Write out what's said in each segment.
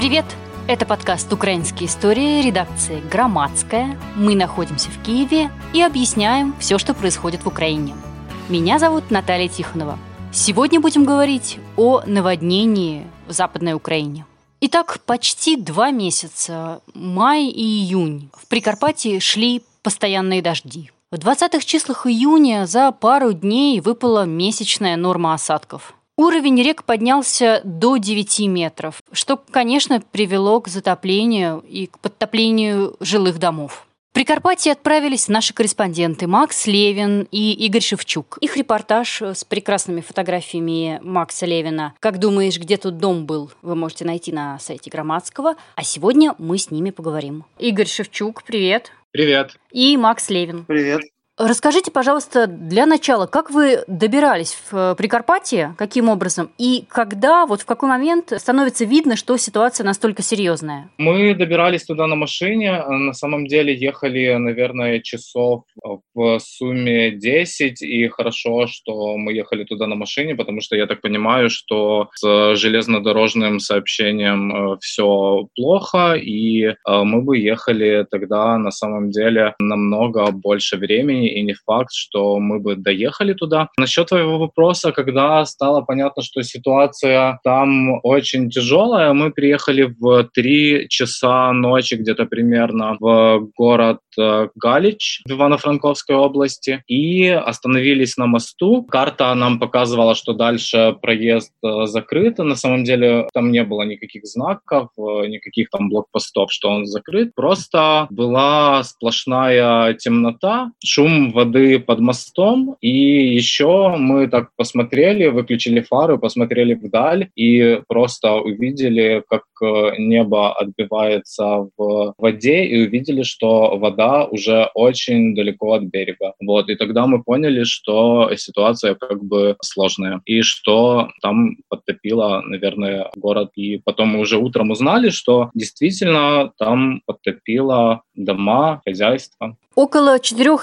Привет! Это подкаст «Украинские истории», редакция «Громадская». Мы находимся в Киеве и объясняем все, что происходит в Украине. Меня зовут Наталья Тихонова. Сегодня будем говорить о наводнении в Западной Украине. Итак, почти 2 месяца, май и июнь, в Прикарпатье шли постоянные дожди. В 20-х числах июня за пару дней выпала месячная норма осадков. Уровень рек поднялся до 9 метров, что, конечно, привело к затоплению и к подтоплению жилых домов. В Прикарпатье отправились наши корреспонденты Макс Левин и Игорь Шевчук. Их репортаж с прекрасными фотографиями Макса Левина «Как думаешь, где тут дом был?» вы можете найти на сайте Громадского, а сегодня мы с ними поговорим. Игорь Шевчук, привет. Привет. И Макс Левин. Привет. Расскажите, пожалуйста, для начала, как вы добирались в Прикарпатье, каким образом, и когда, в какой момент становится видно, что ситуация настолько серьезная? Мы добирались туда на машине, на самом деле ехали, наверное, часов в сумме 10, и хорошо, что мы ехали туда на машине, потому что я так понимаю, что с железнодорожным сообщением все плохо, и мы бы ехали тогда на самом деле намного больше времени, и не факт, что мы бы доехали туда. Насчет твоего вопроса, когда стало понятно, что ситуация там очень тяжелая, мы приехали в 3 часа ночи где-то примерно в город Галич в Ивано-Франковской области и остановились на мосту. Карта нам показывала, что дальше проезд закрыт. На самом деле там не было никаких знаков, никаких там блокпостов, что он закрыт. Просто была сплошная темнота, шум воды под мостом, и еще мы так посмотрели, выключили фары, посмотрели вдаль и просто увидели, как небо отбивается в воде, и увидели, что вода уже очень далеко от берега. И тогда мы поняли, что ситуация как бы сложная, и что там подтопило, наверное, город. И потом мы уже утром узнали, что действительно там подтопило дома, хозяйства. Около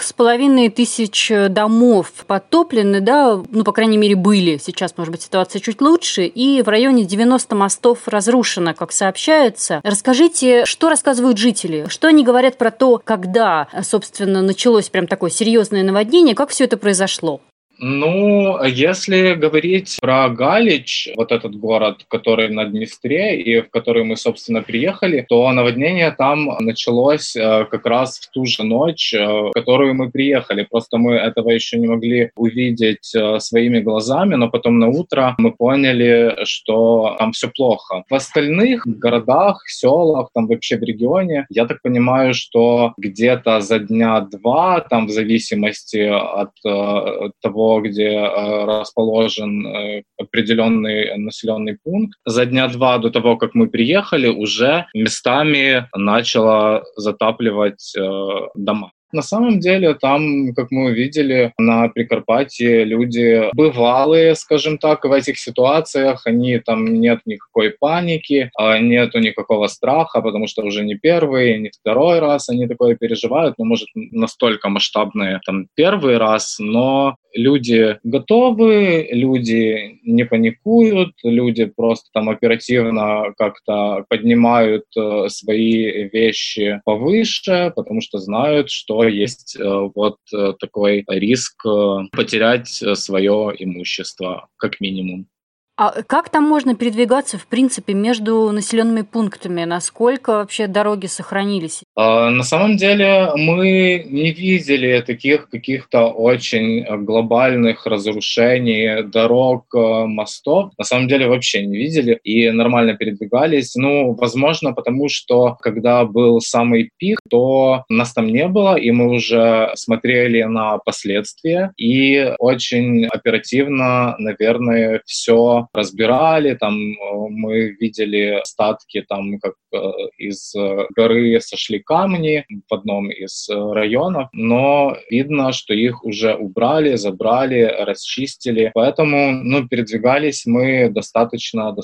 4500 домов подтоплены, по крайней мере, были. Сейчас, может быть, ситуация чуть лучше. И в районе 90 мостов разрушено, как сообщается. Расскажите, что рассказывают жители? Что они говорят про то, когда, собственно, началось прям такое серьезное наводнение, как все это произошло? Если говорить про Галич, этот город, который на Днестре и в который мы, собственно, приехали, то наводнение там началось как раз в ту же ночь, в которую мы приехали. Просто мы этого еще не могли увидеть своими глазами, но потом на утро мы поняли, что там все плохо. В остальных городах, селах, там вообще в регионе, я так понимаю, что где-то за дня 2, там в зависимости от того, где расположен определенный населенный пункт. За дня 2 до того, как мы приехали, уже местами начало затапливать дома. На самом деле там, как мы увидели, на Прикарпатье люди бывалые, скажем так, в этих ситуациях. Там нет никакой паники, нету никакого страха, потому что уже не первый, не второй раз они такое переживают. Может, настолько масштабные первый раз, но люди готовы, люди не паникуют, люди просто оперативно как-то поднимают свои вещи повыше, потому что знают, что есть такой риск потерять свое имущество, как минимум. А как там можно передвигаться, в принципе, между населенными пунктами? Насколько вообще дороги сохранились? На самом деле мы не видели таких каких-то очень глобальных разрушений дорог, мостов. На самом деле вообще не видели и нормально передвигались. Возможно, потому что когда был самый пик, то нас там не было, и мы уже смотрели на последствия и очень оперативно, наверное, все разбирали, мы видели остатки, как из горы сошли камни в одном из районов, но видно, что их уже убрали, забрали, расчистили. Поэтому передвигались мы достаточно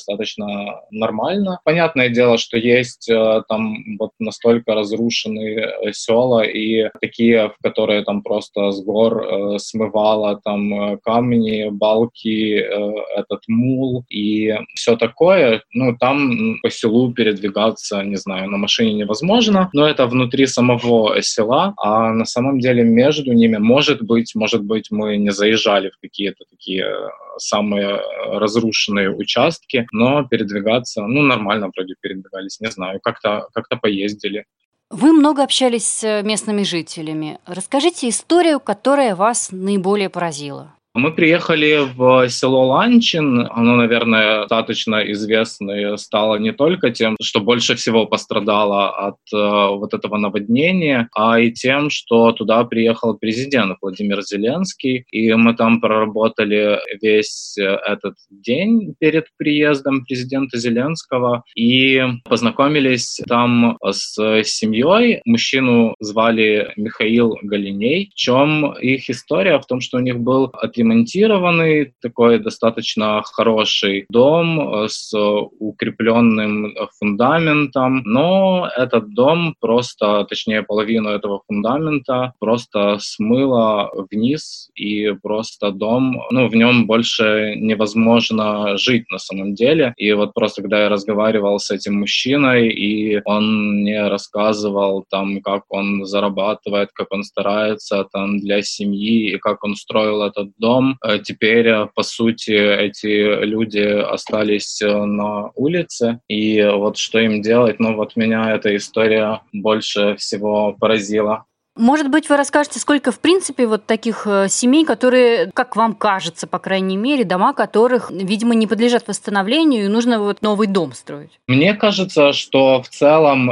нормально. Понятное дело, что есть там вот настолько разрушенные села и такие, в которые там просто с гор смывало там камни, балки, этот мул и все такое. Там по селу передвигаться, не знаю, на машине невозможно, но это внутри самого села, а на самом деле между ними, может быть, мы не заезжали в какие-то такие самые разрушенные участки, но передвигаться, нормально вроде передвигались, не знаю, как-то поездили. Вы много общались с местными жителями. Расскажите историю, которая вас наиболее поразила. Мы приехали в село Ланчин. Оно, наверное, достаточно известное стало не только тем, что больше всего пострадало от вот этого наводнения, а и тем, что туда приехал президент Владимир Зеленский. И мы там проработали весь этот день перед приездом президента Зеленского и познакомились там с семьей. Мужчину звали Михаил Галиней. В чем их история? В том, что у них был отремонтированный, такой достаточно хороший дом с укрепленным фундаментом, но этот дом точнее половину этого фундамента просто смыло вниз, и просто дом, в нем больше невозможно жить на самом деле. И вот просто когда я разговаривал с этим мужчиной, и он мне рассказывал там, как он зарабатывает, как он старается там для семьи, и как он строил этот дом, теперь, по сути, эти люди остались на улице, и вот что им делать, меня эта история больше всего поразила. Может быть, вы расскажете, сколько, в принципе, вот таких семей, которые, как вам кажется, по крайней мере, дома которых, видимо, не подлежат восстановлению, и нужно вот новый дом строить? Мне кажется, что в целом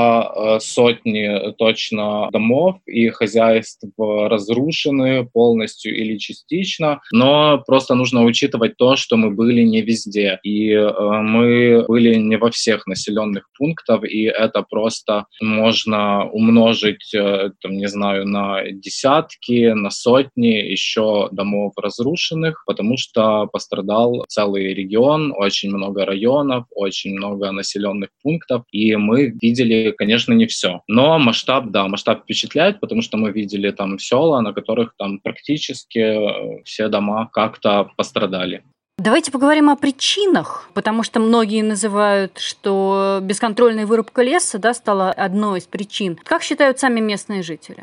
это сотни точно домов и хозяйств разрушены полностью или частично, но просто нужно учитывать то, что мы были не везде, и мы были не во всех населенных пунктах, и это просто можно умножить не знаю, на десятки, на сотни еще домов разрушенных, потому что пострадал целый регион, очень много районов, очень много населенных пунктов, и мы видели, конечно, не все. Но масштаб впечатляет, потому что мы видели там села, на которых там практически все дома как-то пострадали. Давайте поговорим о причинах, потому что многие называют, что бесконтрольная вырубка леса стала одной из причин. Как считают сами местные жители?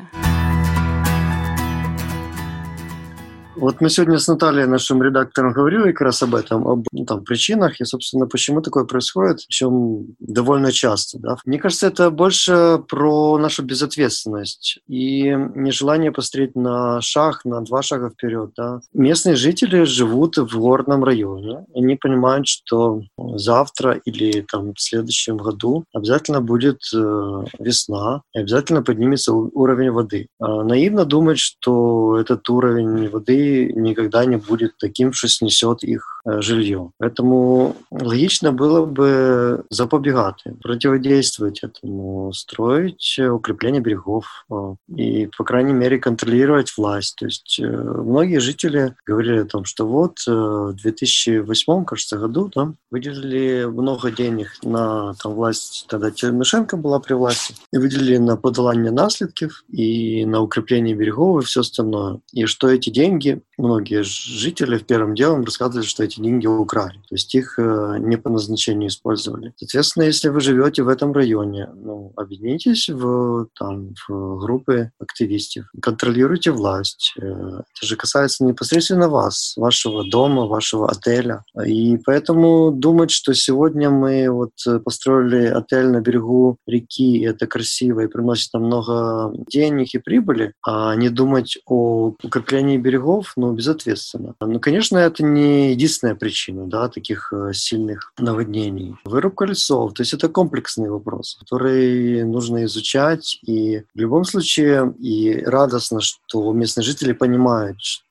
Вот мы сегодня с Натальей, нашим редактором, говорили как раз об этом, об причинах и, собственно, почему такое происходит, причем довольно часто. Да? Мне кажется, это больше про нашу безответственность и нежелание посмотреть на шаг, на 2 шага вперед. Да? Местные жители живут в горном районе. Они понимают, что завтра или в следующем году обязательно будет весна, и обязательно поднимется уровень воды. Наивно думать, что этот уровень воды никогда не будет таким, что снесет их жилье. Поэтому логично было бы запобегать, противодействовать этому, строить укрепление берегов и, по крайней мере, контролировать власть. То есть многие жители говорили о том, что вот в 2008, кажется, году выделили много денег на власть, тогда Тимошенко была при власти, и выделили на подолание наследков и на укрепление берегов и все остальное. И что эти деньги, многие жители первым делом рассказывали, что эти деньги украли. То есть их не по назначению использовали. Соответственно, если вы живете в этом районе, объединитесь в группы активистов, контролируйте власть. Это же касается непосредственно вас, вашего дома, вашего отеля. И поэтому думать, что сегодня мы построили отель на берегу реки, и это красиво, и приносит нам много денег и прибыли, а не думать о укреплении берегов, безответственно. Конечно, это не единственная причина, таких сильных наводнений. Вырубка лесов, то есть это комплексный вопрос, который нужно изучать, и в любом случае и радостно, что местные жители понимают,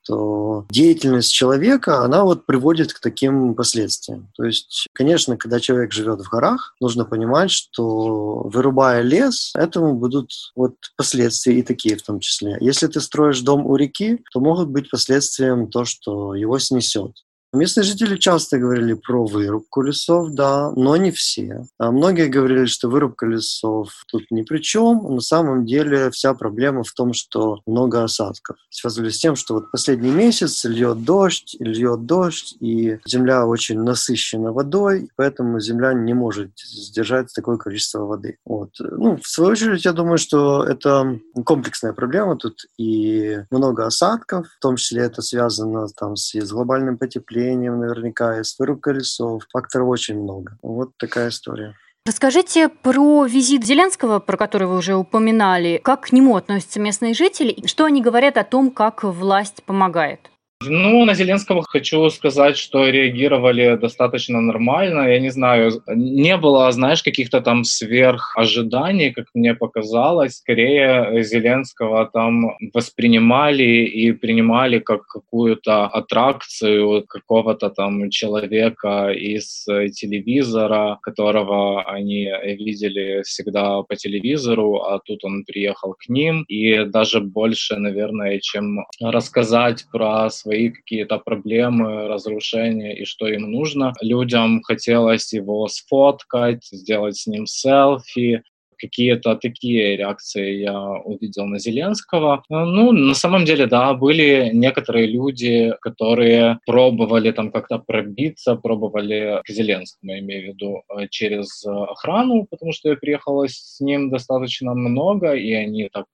что деятельность человека, она вот приводит к таким последствиям. То есть, конечно, когда человек живет в горах, нужно понимать, что вырубая лес, этому будут вот последствия и такие в том числе. Если ты строишь дом у реки, то могут быть последствием то, что его снесет. Местные жители часто говорили про вырубку лесов, да, но не все. Многие говорили, что вырубка лесов тут ни при чем. На самом деле вся проблема в том, что много осадков. Связывали с тем, что вот последний месяц льет дождь, и земля очень насыщена водой, поэтому земля не может сдержать такое количество воды. Вот. Ну, в свою очередь, я думаю, что это комплексная проблема тут, и много осадков, в том числе это связано там с глобальным потеплением, наверняка, и с вырубкой лесов. Факторов очень много. Вот такая история. Расскажите про визит Зеленского, про который вы уже упоминали. Как к нему относятся местные жители? И что они говорят о том, как власть помогает? Ну, на Зеленского хочу сказать, что реагировали достаточно нормально. Я не знаю, не было, знаешь, каких-то там сверхожиданий, как мне показалось. Скорее, Зеленского там воспринимали и принимали как какую-то аттракцию какого-то там человека из телевизора, которого они видели всегда по телевизору, а тут он приехал к ним. И даже больше, наверное, чем рассказать про свои какие-то проблемы, разрушения и что им нужно. Людям хотелось его сфоткать, сделать с ним селфи. Какие-то такие реакции я увидел на Зеленского. Ну, на самом деле, да, были некоторые люди, которые пробовали там как-то пробиться, пробовали к Зеленскому, я имею в виду, через охрану, потому что я приехала с ним достаточно много, и они так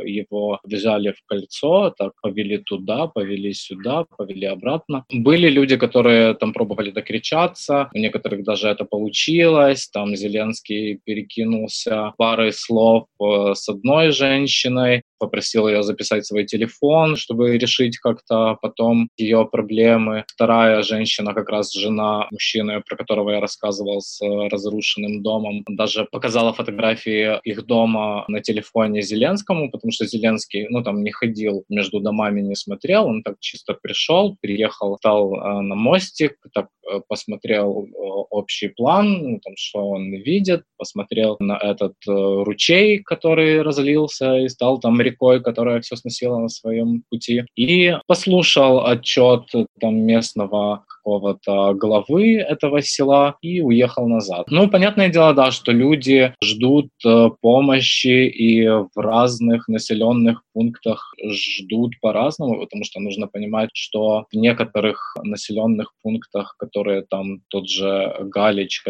его взяли в кольцо, так повели туда, повели сюда, повели обратно. Были люди, которые там пробовали докричаться, у некоторых даже это получилось, там Зеленский перекинулся парой слов с одной женщиной, попросил ее записать свой телефон, чтобы решить как-то потом ее проблемы. Вторая женщина, как раз жена мужчины, про которого я рассказывал, с разрушенным домом, даже показала фотографии их дома на телефоне Зеленскому, потому что Зеленский, там не ходил между домами, не смотрел, он так чисто пришел, приехал, стал на мостик, так посмотрел общий план, что он видит, посмотрел на этот ручей, который разлился и стал там рекой, которая все сносила на своем пути, и послушал отчет там местного какого-то главы этого села и уехал назад. Понятное дело, да, что люди ждут помощи и в разных населенных пунктах ждут по-разному, потому что нужно понимать, что в некоторых населенных пунктах, которые там тот же Галич,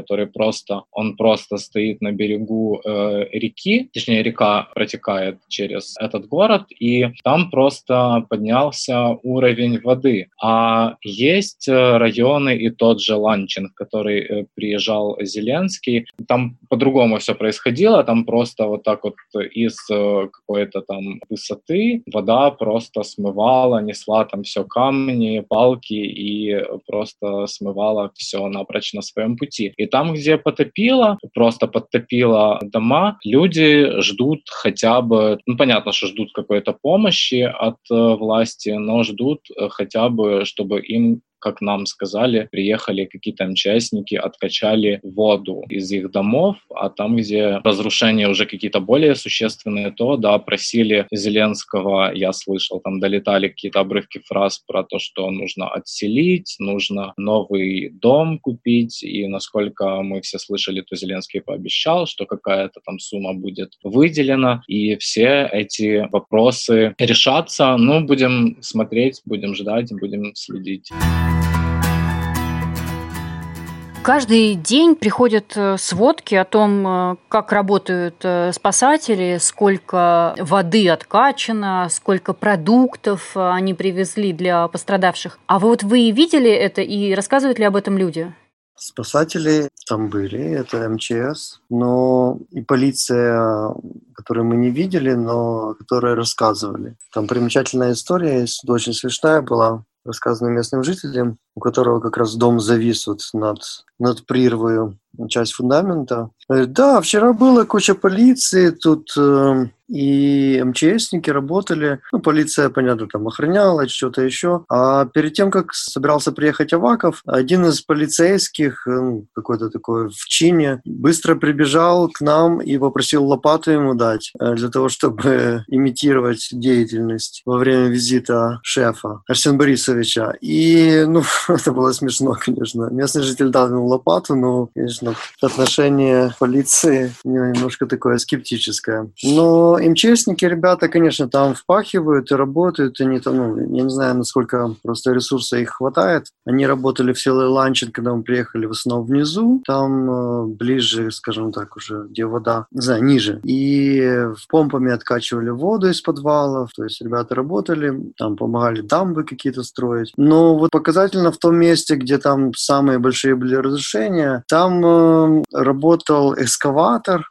он просто стоит на берегу реки, точнее река протекает через этот город, и там просто поднялся уровень воды. А есть районы, и тот же Ланчин, в который приезжал Зеленский, там по-другому все происходило, там просто вот так вот из какой-то там высоты вода просто смывала, несла там все камни, палки и просто смывала все напрочь на своем пути. И там, где просто подтопило дома, люди ждут хотя бы, понятно, что ждут какой-то помощи от власти, но ждут хотя бы, чтобы им, как нам сказали, приехали какие-то МЧСники, откачали воду из их домов, а там, где разрушения уже какие-то более существенные, то, да, просили Зеленского, я слышал, там долетали какие-то обрывки фраз про то, что нужно отселить, нужно новый дом купить, и насколько мы все слышали, то Зеленский пообещал, что какая-то там сумма будет выделена, и все эти вопросы решатся. Будем смотреть, будем ждать, будем следить. Каждый день приходят сводки о том, как работают спасатели, сколько воды откачано, сколько продуктов они привезли для пострадавших. А вы видели это и рассказывают ли об этом люди? Спасатели там были, это МЧС, но и полиция, которую мы не видели, но которые рассказывали. Там примечательная история, очень смешная была, рассказана местным жителям. у которого как раз дом завис вот над прірвою, часть фундамента. Говорит, да, вчера была куча полиции, тут и МЧСники работали. Ну, полиция, понятно, там охраняла, что-то еще. А перед тем, как собирался приехать Аваков, один из полицейских, какой-то такой в чине, быстро прибежал к нам и попросил лопату ему дать для того, чтобы имитировать деятельность во время визита шефа Арсена Борисовича. И, это было смешно, конечно. Местный житель дал ему лопату, но, конечно, отношение полиции немножко такое скептическое. Но МЧСники, ребята, конечно, там впахивают и работают. Они там, я не знаю, насколько просто ресурса их хватает. Они работали в селе Ланчин, когда мы приехали в основном внизу. Там ближе, скажем так, уже где вода, не знаю, ниже. И помпами откачивали воду из подвалов. То есть ребята работали, там помогали дамбы какие-то строить. Но вот показательно в том месте, где там самые большие были разрушения, там работал экскаватор,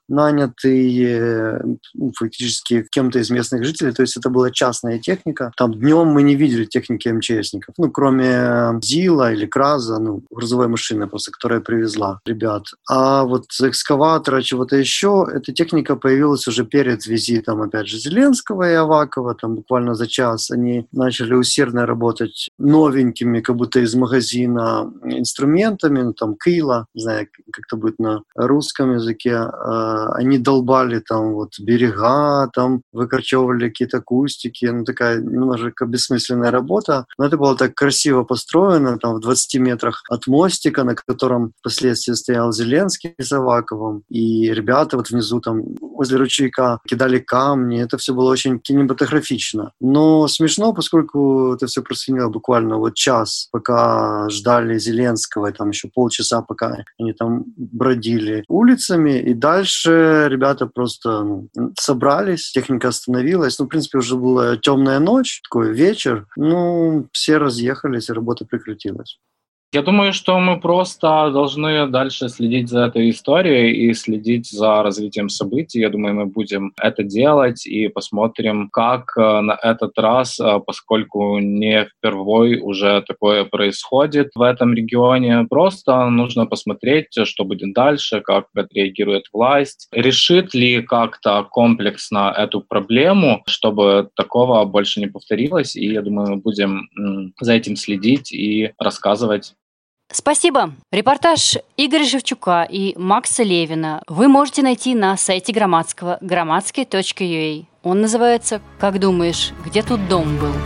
нанятый фактически кем-то из местных жителей, то есть это была частная техника. Там днем мы не видели техники МЧСников, кроме ЗИЛа или КРАЗа, грузовой машины просто, которая привезла ребят. А вот с экскаватора, чего-то еще, эта техника появилась уже перед визитом, опять же, Зеленского и Авакова, там буквально за час они начали усердно работать новенькими, как будто из магазина, инструментами, там, Кила, не знаю, как это будет на русском языке, они долбали там вот берега, там выкорчевывали какие-то кустики, такая немножко бессмысленная работа, но это было так красиво построено, там в 20 метрах от мостика, на котором впоследствии стоял Зеленский с Аваковым, и ребята вот внизу там возле ручейка кидали камни, это все было очень кинематографично. Но смешно, поскольку это все происходило буквально вот час, пока ждали Зеленского, и там еще полчаса, пока они там бродили улицами, и дальше ребята просто собрались, техника остановилась, в принципе, уже была темная ночь, такой вечер, все разъехались, и работа прекратилась. Я думаю, что мы просто должны дальше следить за этой историей и следить за развитием событий. Я думаю, мы будем это делать и посмотрим, как на этот раз, поскольку не впервой уже такое происходит в этом регионе, просто нужно посмотреть, что будет дальше, как отреагирует власть, решит ли как-то комплексно эту проблему, чтобы такого больше не повторилось. И я думаю, мы будем за этим следить и рассказывать. Спасибо. Репортаж Игоря Шевчука и Макса Левина вы можете найти на сайте Громадского громадский.ua. Он называется «Как думаешь, где тут дом был?».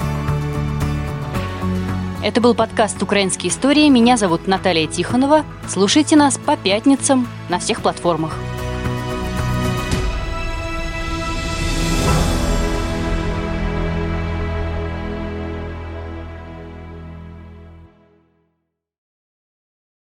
Это был подкаст «Украинские истории». Меня зовут Наталья Тихонова. Слушайте нас по пятницам на всех платформах.